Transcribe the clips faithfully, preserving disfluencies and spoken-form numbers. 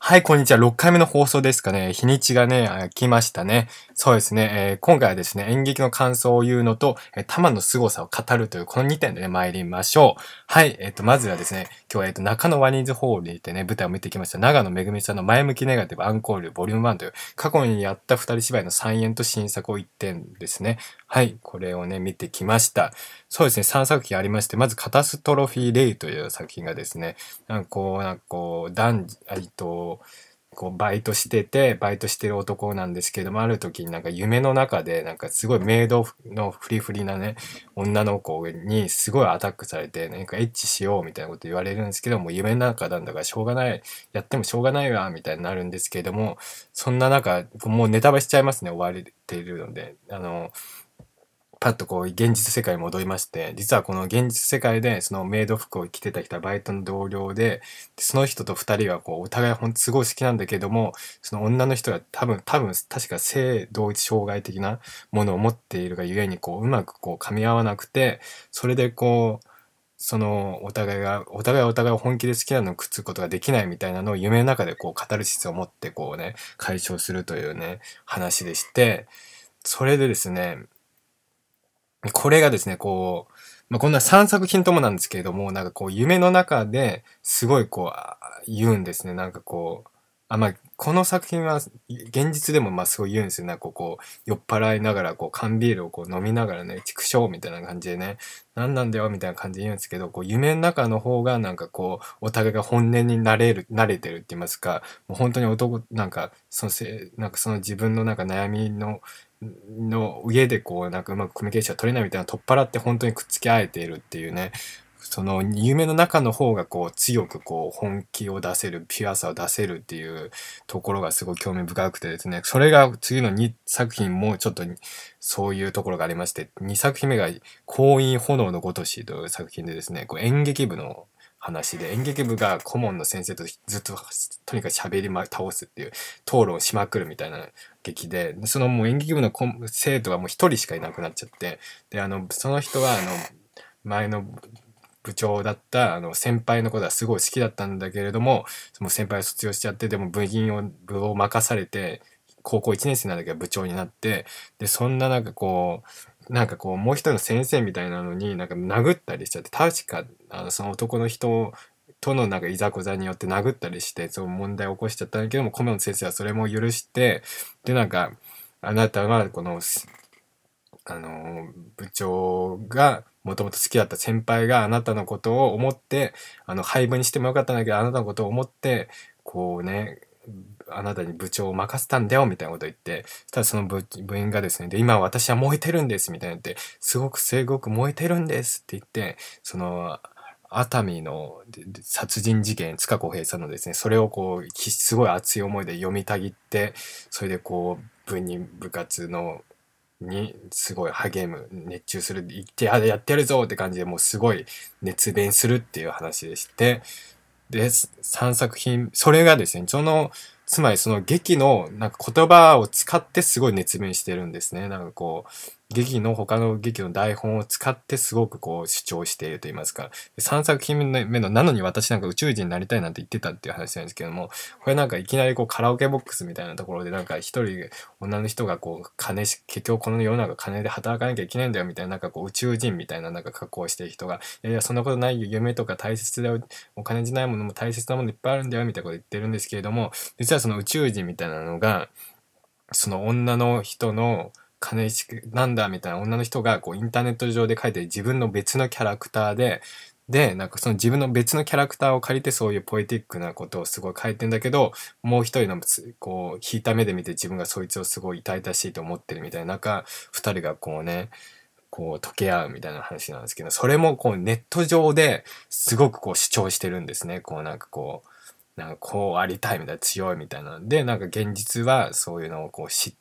はい、こんにちは。ろっかいめの放送ですかね。日にちがね、あ来ましたね。そうですね。えー今回はですね、演劇の感想を言うのと、えー玉の凄さを語るというこのにてんでね、参りましょう。はい、えっ、と、まずはですね、今日は、えっ、と、中野ワニズホールにてね、舞台を見てきました。長野めぐみさんの前向きネガティブアンコールボリュームワンという、過去にやった二人芝居の再演と新作をいってんですね。はい、これをね、見てきました。そうですね、さんさく品ありまして、まず、カタストロフィー・レイという作品がですね、なんかこう、なんかこう、男児、えっと、こうバイトしてて、バイトしてる男なんですけども、ある時になんか夢の中で、なんかすごいメイドのフリフリなね、女の子にすごいアタックされて、なんかエッチしようみたいなこと言われるんですけども、夢の中なんだからしょうがない、やってもしょうがないわ、みたいになるんですけども、そんな中、もうネタバレしちゃいますね、終われているので。あの、パッとこう現実世界に戻りまして、実はこの現実世界でそのメイド服を着てた人はバイトの同僚で、その人と二人はこうお互いほんとすごい好きなんだけども、その女の人が多分、多分確か性同一障害的なものを持っているがゆえにこううまくこう噛み合わなくて、それでこう、そのお互いが、お互いお互いを本気で好きなのをくっつくことができないみたいなのを夢の中でこうカタルシスを持ってこうね、解消するというね、話でして、それでですね、これがですね、こう、まあ、こんなさんさく品ともなんですけれども、なんかこう、夢の中ですごいこう、あ言うんですね。なんかこう、あ、まあ、この作品は、現実でもまあすごい言うんですよ。なんかこう、酔っ払いながら、こう、缶ビールをこう飲みながらね、畜生みたいな感じでね、なんなんだよみたいな感じで言うんですけど、こう、夢の中の方がなんかこう、お互いが本音になれる、慣れてるって言いますか、もう本当に男、なんか、そのせ、なんかその自分のなんか悩みの、の上でこうなんかうまくコミュニケーション取れないみたいな取っ払って本当にくっつき合えているっていうね、その夢の中の方がこう強くこう本気を出せる、ピュアさを出せるっていうところがすごい興味深くてですね、それが次のにさく品もちょっとそういうところがありまして、にさく品目が婚姻炎のごとしという作品でですね、こう演劇部の話で、演劇部が顧問の先生とずっととにかく喋りま、倒すっていう、討論しまくるみたいな劇で、そのもう演劇部の生徒がもう一人しかいなくなっちゃって、で、あの、その人は、あの、前の部長だったあの先輩のことはすごい好きだったんだけれども、その先輩を卒業しちゃって、でも部員を、部を任されて、高校いちねん生なんだけど部長になって、で、そんななんかこう、なんかこう、もう一人の先生みたいなのになんか殴ったりしちゃって、確か、あの、その男の人とのなんかいざこざによって殴ったりして、そう問題を起こしちゃったんだけども、顧問の先生はそれも許して、で、なんか、あなたはこのあの、部長がもともと好きだった先輩があなたのことを思って、あの、廃部にしてもよかったんだけど、あなたのことを思って、こうね、あなたに部長を任せたんだよ、みたいなことを言って、そしたらその部部員がですね、で、今私は燃えてるんです、みたいな言って、すごくすごく燃えてるんですって言って、その、熱海の殺人事件、塚公平さんのですね、それをこう、すごい熱い思いで読みたぎって、それでこう、部に部活のにすごい励む、熱中する、言ってややってやるぞって感じでもうすごい熱弁するっていう話でして、で、さんさく品、それがですね、その、つまりその劇のなんか言葉を使ってすごい熱弁してるんですね。なんかこう、劇の他の劇の台本を使ってすごくこう主張していると言いますか。さんさく品目のなのに私なんか宇宙人になりたいなんて言ってたっていう話なんですけども、これなんかいきなりこうカラオケボックスみたいなところでなんか一人女の人がこう金し、結局この世の中金で働かなきゃいけないんだよみたいななんかこう宇宙人みたいななんか格好をしてる人が、いやいやそんなことないよ、夢とか大切だよ、お金じゃないものも大切なものいっぱいあるんだよみたいなこと言ってるんですけれども、実はその宇宙人みたいなのが、その女の人の金しなんだみたいな女の人がこうインターネット上で書いてる自分の別のキャラクターで、で、なんかその自分の別のキャラクターを借りてそういうポエティックなことをすごい書いてんだけど、もう一人のこう引いた目で見て自分がそいつをすごい痛々しいと思ってるみたいな中、二人がこうね、こう溶け合うみたいな話なんですけど、それもこうネット上ですごくこう主張してるんですね。こうなんかこう、なんかこうありたいみたいな強いみたいな。で、なんか現実はそういうのをこう嫉妬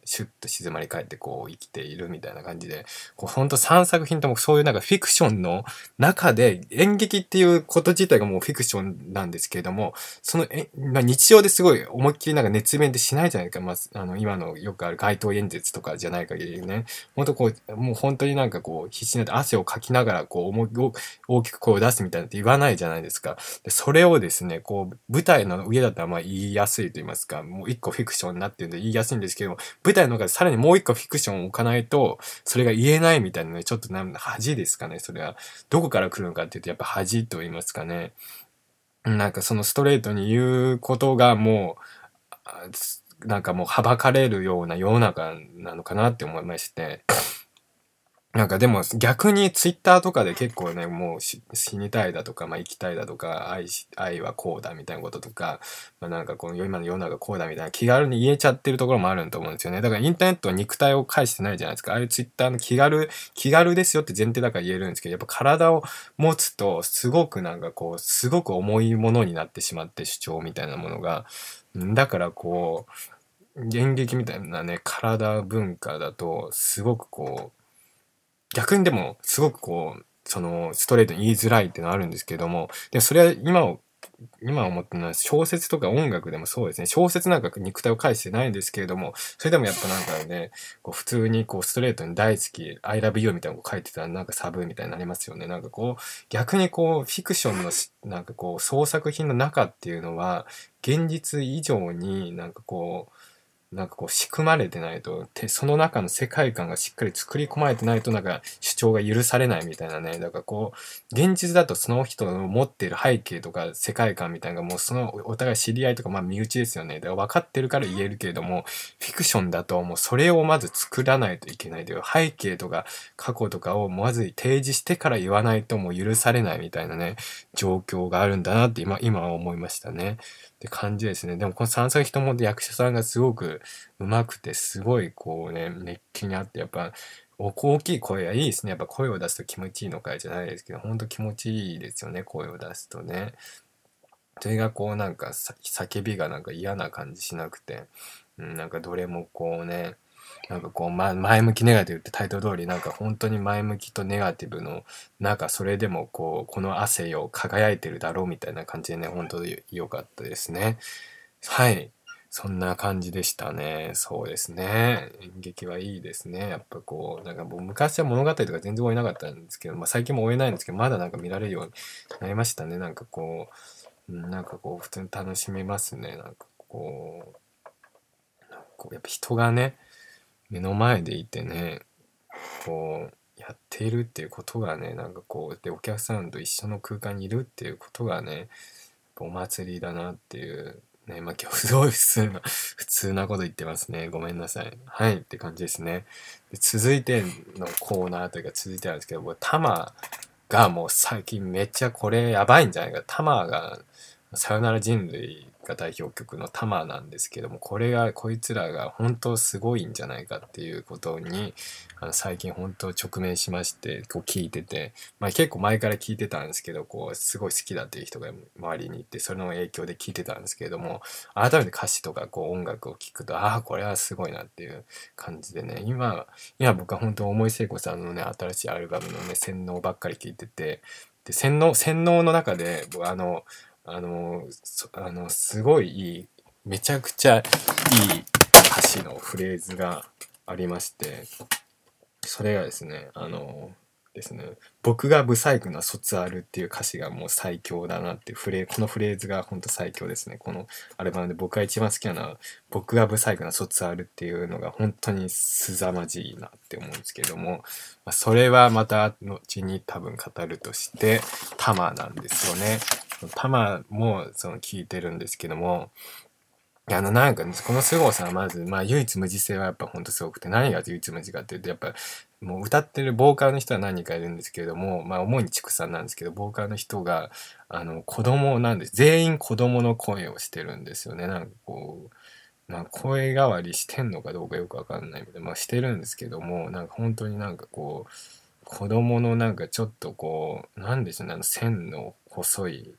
シュッと静まり返ってこう生きているみたいな感じで、こうほんとさんさく品ともそういうなんかフィクションの中で、演劇っていうこと自体がもうフィクションなんですけれども、そのえ、まあ、日常ですごい思いっきりなんか熱弁ってしないじゃないか。まあ、あの、今のよくある街頭演説とかじゃない限りね。ほんとこう、もう本当になんかこう、必死になって汗をかきながらこう、思いを大きく声を出すみたいなって言わないじゃないですか。で、それをですね、こう、舞台の上だったらまあ言いやすいと言いますか、もう一個フィクションになってるんで言いやすいんですけども、舞台の中でさらにもう一個フィクションを置かないと、それが言えないみたいなね、ちょっとなん恥ですかね、それは。どこから来るのかっていうと、やっぱ恥と言いますかね。なんかそのストレートに言うことがもう、あなんかもうはばかれるような世の中なのかなって思いまして。なんかでも逆にツイッターとかで結構ね、もうし死にたいだとか、まあ生きたいだとか、愛し、愛はこうだみたいなこととか、まあなんかこの今の世の中こうだみたいな気軽に言えちゃってるところもあると思うんですよね。だからインターネットは肉体を介してないじゃないですか。ああいうツイッターの気軽、気軽ですよって前提だから言えるんですけど、やっぱ体を持つとすごくなんかこう、すごく重いものになってしまって主張みたいなものが。だからこう、演劇みたいなね、体文化だと、すごくこう、逆にでも、すごくこう、その、ストレートに言いづらいっていうのはあるんですけども、で、それは今を、今思ってるのは小説とか音楽でもそうですね。小説なんか肉体を介してないんですけれども、それでもやっぱなんかね、こう普通にこうストレートに大好き、I love you みたいなのを書いてたらなんかサブみたいになりますよね。なんかこう、逆にこう、フィクションのしなんかこう、創作品の中っていうのは、現実以上になんかこう、なんかこう仕組まれてないと、てその中の世界観がしっかり作り込まれてないとなんか主張が許されないみたいなね。だからこう、現実だとその人の持っている背景とか世界観みたいなのがもうそのお互い知り合いとかまあ身内ですよね。だから分かってるから言えるけれども、フィクションだともうそれをまず作らないといけないという背景とか過去とかをまず提示してから言わないともう許されないみたいなね、状況があるんだなって今、今は思いましたね。って感じですね。でもこのさんさく人も役者さんがすごく上手くて、すごいこうね、熱気にあって、やっぱ、お大きい声はいいですね。やっぱ声を出すと気持ちいいのかいじゃないですけど、ほんと気持ちいいですよね、声を出すとね。それがこうなんかさ叫びがなんか嫌な感じしなくて、うん、なんかどれもこうね、なんかこう、ま、前向きネガティブってタイトル通りなんか本当に前向きとネガティブのなんかそれでもこうこの汗を輝いてるだろうみたいな感じでね本当に良かったですね。はい。そんな感じでしたね。そうですね。演劇はいいですね。やっぱこう、なんかもう昔は物語とか全然追えなかったんですけど、まあ最近も追えないんですけど、まだなんか見られるようになりましたね。なんかこう、うんなんかこう、普通に楽しめますね。なんかこう、なんかこうやっぱ人がね、目の前でいてね、こう、やっているっていうことがね、なんかこう、で、お客さんと一緒の空間にいるっていうことがね、お祭りだなっていう、ね、まあ今日すごい普通な、普通なこと言ってますね。ごめんなさい。はい、って感じですね。で続いてのコーナーというか続いてなんですけど、もうタマがもう最近めっちゃこれやばいんじゃないか。タマが、さよなら人類が代表曲のタマなんですけども、これが、こいつらが本当すごいんじゃないかっていうことに、あの最近本当直面しまして、こう聞いてて、まあ結構前から聞いてたんですけど、こう、すごい好きだっていう人が周りにいて、それの影響で聞いてたんですけれども、改めて歌詞とかこう音楽を聞くと、ああ、これはすごいなっていう感じでね、今、今僕は本当思い聖子さんのね、新しいアルバムのね、洗脳ばっかり聞いてて、で、洗脳、洗脳の中で、僕あの、あの、そあの、すごいいい、めちゃくちゃいい歌詞のフレーズがありまして、それがですね、あのですね、僕がブサイクな卒アルっていう歌詞がもう最強だなっていうフレーこのフレーズが本当最強ですね。このアルバムで僕が一番好きなのは、僕がブサイクな卒アルっていうのが本当に凄まじいなって思うんですけども、まあ、それはまた後に多分語るとして、タマなんですよね。タマもその聞いてるんですけども、あの、なんか、この凄さはまず、まあ、唯一無二性はやっぱほんとすごくて、何が唯一無二かっていうと、やっぱ、もう歌ってるボーカルの人は何人かいるんですけれども、まあ、主に畜産なんですけど、ボーカルの人が、あの、子供なんです。全員子供の声をしてるんですよね。なんかこう、まあ、声変わりしてんのかどうかよくわかんないけど、まあ、してるんですけども、なんか本当になんかこう、子供のなんかちょっとこう、なんでしょうね、あの線の細い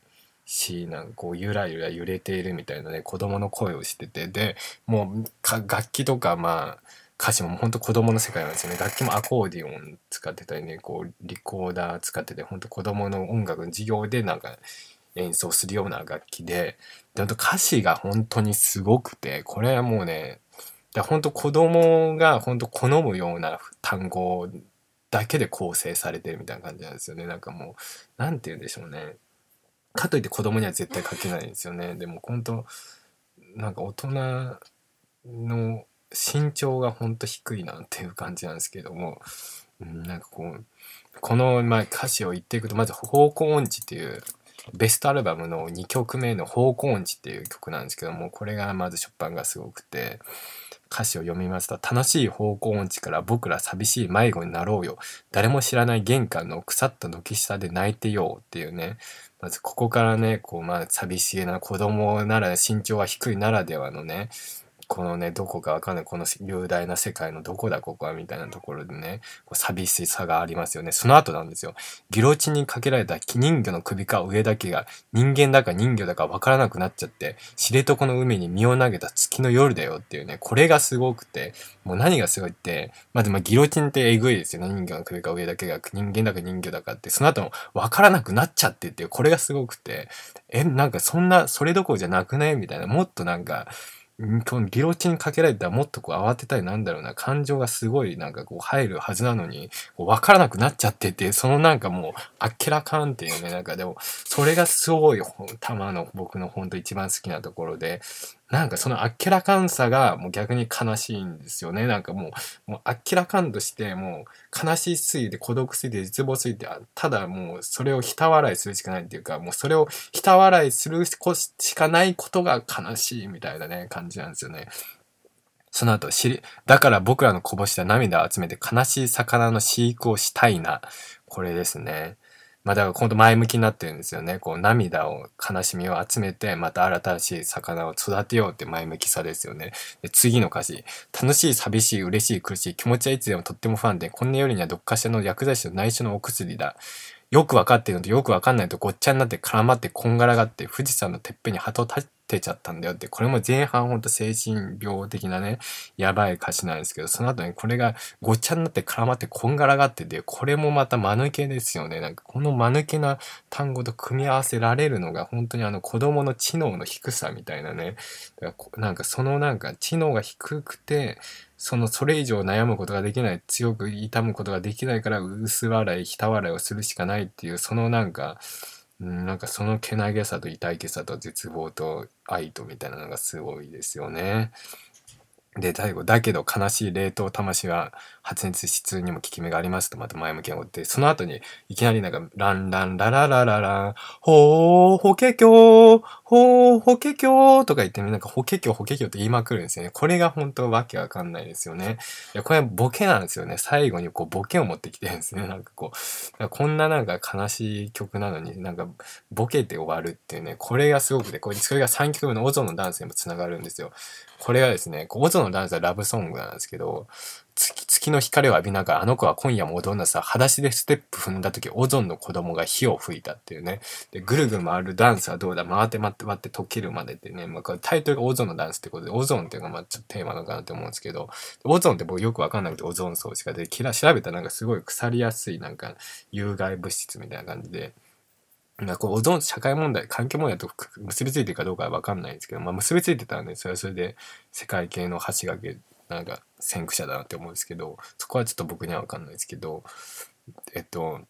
し、なんかこうゆらゆら揺れているみたいなね、子供の声をしてて、で、もうか楽器とかまあ、歌詞もほんと子供の世界なんですよね。楽器もアコーディオン使ってたりね、こうリコーダー使ってて、ほんと子供の音楽の授業でなんか演奏するような楽器で、で、ほんと歌詞が本当にすごくて、これはもうね、だ本当子供が本当好むような単語だけで構成されてるみたいな感じなんですよね。なんかもう、なんて言うんでしょうね。かといって子供には絶対書けないんですよね。でも本当、なんか大人の身長が本当低いなっていう感じなんですけども、うん、なんかこう、このまあ歌詞を言っていくと、まず方向音痴っていうベストアルバムのにきょくめの方向音痴っていう曲なんですけども、これがまず初版がすごくて、歌詞を読みますと、楽しい方向音痴から僕ら寂しい迷子になろうよ。誰も知らない玄関の腐った軒下で泣いてようっていうね。まずここからね、こうまあ寂しげな子供なら身長は低いならではのね、このね、どこかわかんない、この雄大な世界のどこだここはみたいなところでね、こう寂しさがありますよね。その後なんですよ。ギロチンにかけられた木人魚の首か上だけが人間だか人魚だかわからなくなっちゃって、知床の海に身を投げた月の夜だよっていうね、これがすごくて、もう何がすごいって、まあでもギロチンってえぐいですよね。人魚の首か上だけが人間だか人魚だかって、その後もわからなくなっちゃってっていう、これがすごくて、え、なんかそんな、それどころじゃなくないみたいな、もっとなんか、んこのギロチンかけられたらもっとこう慌てたりなんだろうな、感情がすごいなんかこう入るはずなのに、こう分からなくなっちゃってて、そのなんかもうあっけらかんっていうね、なんかでも、それがすごい玉の僕のほんと一番好きなところで、なんかそのあっけらかんさがもう逆に悲しいんですよね。なんかもう、もうあっけらかんとしてもう悲しすぎて孤独すぎて絶望すぎて、ただもうそれをひた笑いするしかないっていうか、もうそれをひた笑いするしかないことが悲しいみたいなね、感じなんですよね。その後、しり、だから僕らのこぼした涙を集めて悲しい魚の飼育をしたいな。これですね。まあだから今度前向きになってるんですよね。こう涙を、悲しみを集めて、また新しい魚を育てようって前向きさですよね。で、次の歌詞。楽しい、寂しい、嬉しい、苦しい、気持ちはいつでもとってもファンで、こんな夜にはどっかしらの薬剤師の内緒のお薬だ。よくわかってるのとよくわかんないとごっちゃになって絡まってこんがらがって富士山のてっぺんに鳩立てちゃったんだよって、これも前半ほんと精神病的なね、やばい歌詞なんですけど、その後にこれがごっちゃになって絡まってこんがらがってて、これもまた間抜けですよね。なんかこの間抜けな単語と組み合わせられるのが本当にあの子供の知能の低さみたいなね。だからなんかそのなんか知能が低くて、そのそれ以上悩むことができない、強く痛むことができないから薄笑い、ひた笑いをするしかないっていう、そのなんか、うん、なんかそのけなげさと痛いけさと絶望と愛とみたいなのがすごいですよね。で、最後、だけど悲しい冷凍魂は発熱指数にも効き目がありますとまた前向きなことで、その後にいきなりなんか、ランランラララララン、ほー、ほけきょー、ほー、ほけきょーとか言ってなんか、ほけきょ、ほけきょって言いまくるんですよね。これが本当わけわかんないですよね。いや、これはボケなんですよね。最後にこう、ボケを持ってきてるんですね。なんかこう、こんななんか悲しい曲なのになんか、ボケて終わるっていうね、これがすごくて、これ、それがさんきょくめのオゾンのダンスにも繋がるんですよ。これはですね、オゾのダンスはラブソングなんですけど、月、月の光を浴びながら、あの子は今夜も踊んなさ、裸足でステップ踏んだ時、オゾンの子供が火を吹いたっていうね。で、ぐるぐる回るダンスはどうだ、回って回って回って溶けるまでってね、まあ、これタイトルがオゾンのダンスってことで、オゾンっていうのがまあちょっとテーマなのかなって思うんですけど、オゾンって僕よくわかんなくてオゾン層しかで、調べたらなんかすごい腐りやすいなんか有害物質みたいな感じで、なんかこう、オゾン、社会問題、環境問題と結びついてるかどうかはわかんないんですけど、まあ結びついてたらね、それはそれで世界系の橋掛け、なんか先駆者だなって思うんですけど、そこはちょっと僕にはわかんないですけど、えっと、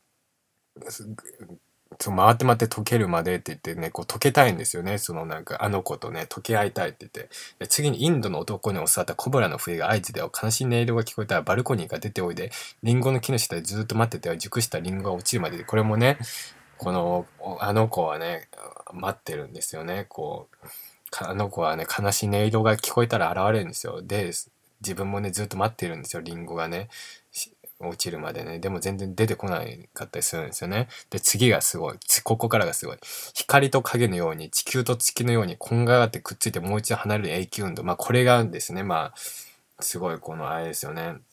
そう回って回って溶けるまでって言ってね、こう溶けたいんですよね。そのなんか、あの子とね、溶け合いたいって言って。で次にインドの男に襲ったコブラの笛が合図で悲しい音色が聞こえたらバルコニーが出ておいで、リンゴの木の下でずっと待ってては熟したリンゴが落ちるまでで、これもね、この、あの子はね、待ってるんですよね。こう、あの子はね、悲しい音色が聞こえたら現れるんですよ。で、自分もね、ずっと待ってるんですよ。リンゴがね、落ちるまでね。でも全然出てこないかったりするんですよね。で、次がすごい。ここからがすごい。光と影のように、地球と月のように、こんがらがってくっついてもう一度離れる永久運動。まあ、これがですね、まあ、すごいこのあれですよね。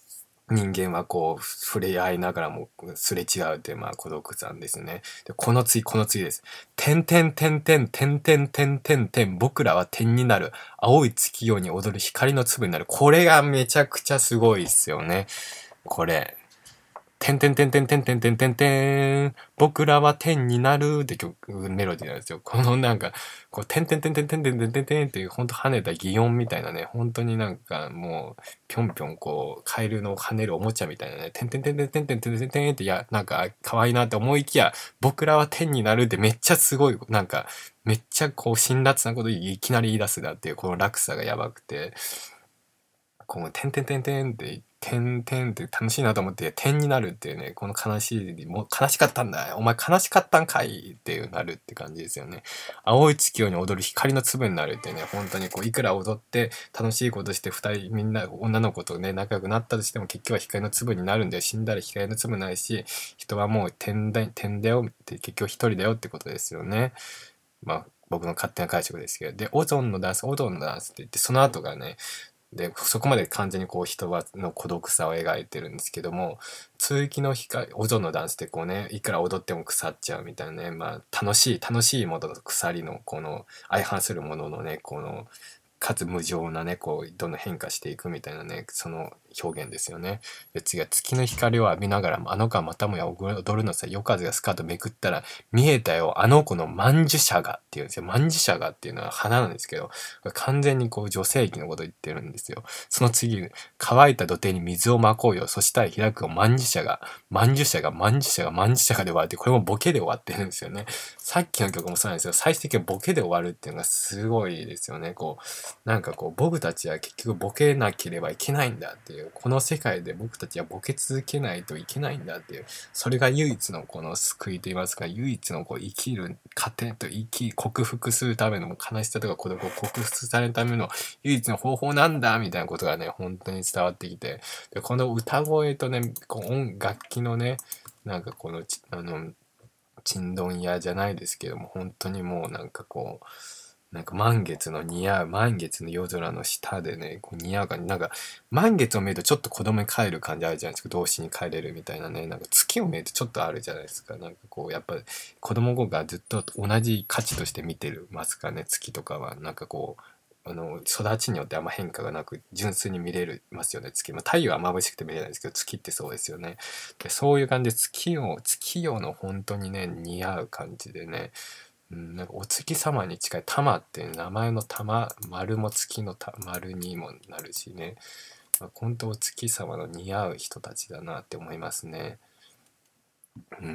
人間はこう、触れ合いながらもすれ違うっていう、まあ、孤独さんですね。で、この次、この次です。点点点点点点点点点、僕らは点になる。青い月夜に踊る光の粒になる。これがめちゃくちゃすごいっすよね。これ。てんてんてんてんてんてんてんてんてん、僕らは天になるって曲、メロディーなんですよ。このなんか、こう、てんてんてんてんてんてんてんてんてんっていう、ほんと跳ねた擬音みたいなね、本当になんかもう、ぴょんぴょんこう、カエルの跳ねるおもちゃみたいなね、てんてんてんてんてんてんてんてんてんって、いや、なんか、可愛いなって思いきや、僕らは天になるってめっちゃすごい、なんか、めっちゃこう、辛辣なこといきなり言い出すだっていう、この落差がやばくて、この点々点々って点々って楽しいなと思って点になるっていうね、この悲しい、もう悲しかったんだ。お前悲しかったんかいっていうなるって感じですよね。青い月夜に踊る光の粒になるってね、本当にこう、いくら踊って楽しいことして二人、みんな女の子とね、仲良くなったとしても結局は光の粒になるんだよ。死んだら光の粒になるし、人はもう点だ、点だよって結局一人だよってことですよね。まあ、僕の勝手な解釈ですけど。で、オゾンのダンス、オゾンのダンスって言って、その後がね、で、そこまで完全にこう人はの孤独さを描いてるんですけども、通気の光、オゾンのダンスってこうね、いくら踊っても腐っちゃうみたいなね、まあ楽しい、楽しいものと鎖のこの相反するもののね、この、かつ無情なね、こう、どんどん変化していくみたいなね、その表現ですよね。で、次は月の光を浴びながらも、あの子はまたもや踊るのさ、夜風がスカートめくったら、見えたよ、あの子の曼珠沙華っていうんですよ。曼珠沙華っていうのは花なんですけど、完全にこう女性器のこと言ってるんですよ。その次、乾いた土手に水をまこうよ。そしたら開くよ。曼珠沙が、曼珠沙が、曼珠沙が、曼珠沙がで終わって、これもボケで終わってるんですよね。さっきの曲もそうなんですよ。最終的にボケで終わるっていうのがすごいですよね。こう、なんかこう、僕たちは結局ボケなければいけないんだっていう、この世界で僕たちはボケ続けないといけないんだっていう、それが唯一のこの救いと言いますか、唯一のこう生きる糧と生き、克服するための悲しさとか孤独を克服されるための唯一の方法なんだみたいなことがね、本当に伝わってきて、でこの歌声とね、こう音楽器のね、なんかこの、あの、ちんどん屋じゃないですけども、本当にもうなんかこう、なんか満月の似合う、満月の夜空の下でね、こう似合う感じ。なんか、満月を見るとちょっと子供に帰る感じあるじゃないですか。童心に帰れるみたいなね。なんか月を見るとちょっとあるじゃないですか。なんかこう、やっぱ子供がずっと同じ価値として見てるますかね。月とかは。なんかこう、あの、育ちによってあんま変化がなく、純粋に見れるますよね、月。まあ、太陽は眩しくて見れないですけど、月ってそうですよね。で、そういう感じで月を、月夜の本当にね、似合う感じでね、うん、なんかお月様に近い玉って名前の玉、丸も月のた丸にもなるしね、まあ、本当お月様の似合う人たちだなって思いますね。うん、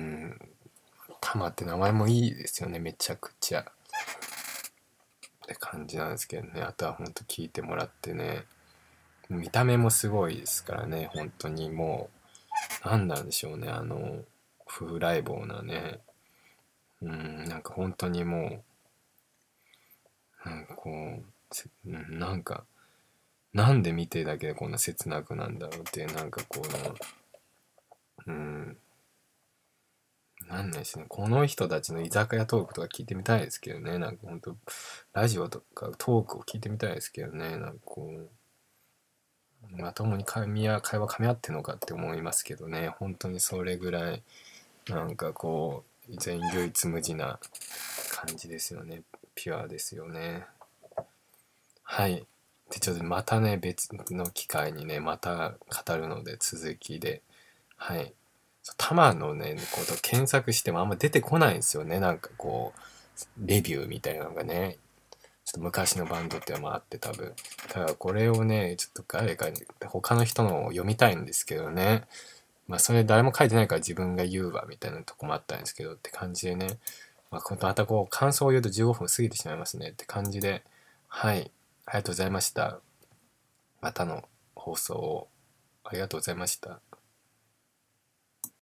玉って名前もいいですよね、めちゃくちゃ。って感じなんですけどね、あとは本当聞いてもらってね、見た目もすごいですからね、本当にもう、なんなんでしょうね、あの、風来坊なね、うん、なんか本当にもう、なんかこう、うん、なんか、なんで見てるだけでこんな切なくなんだろうっていう、なんかこの、うん、なんないですね。この人たちの居酒屋トークとか聞いてみたいですけどね。なんかほんと、ラジオとかトークを聞いてみたいですけどね。なんかこう、まともに会話会話噛み合ってんのかって思いますけどね。本当にそれぐらい、なんかこう、全唯一無二な感じですよね。ピュアですよね。はい。で、ちょっとまたね、別の機会にね、また語るので、続きで。はい。タマのね、こと検索してもあんま出てこないんですよね。なんかこう、レビューみたいなのがね。ちょっと昔のバンドってのもあって多分。ただこれをね、ちょっと誰かに、他の人のを読みたいんですけどね。まあそれ誰も書いてないから自分が言うわみたいなとこもあったんですけどって感じでね。まあまたこう感想を言うとじゅうごふん過ぎてしまいますねって感じで。はい。ありがとうございました。またの放送をありがとうございました。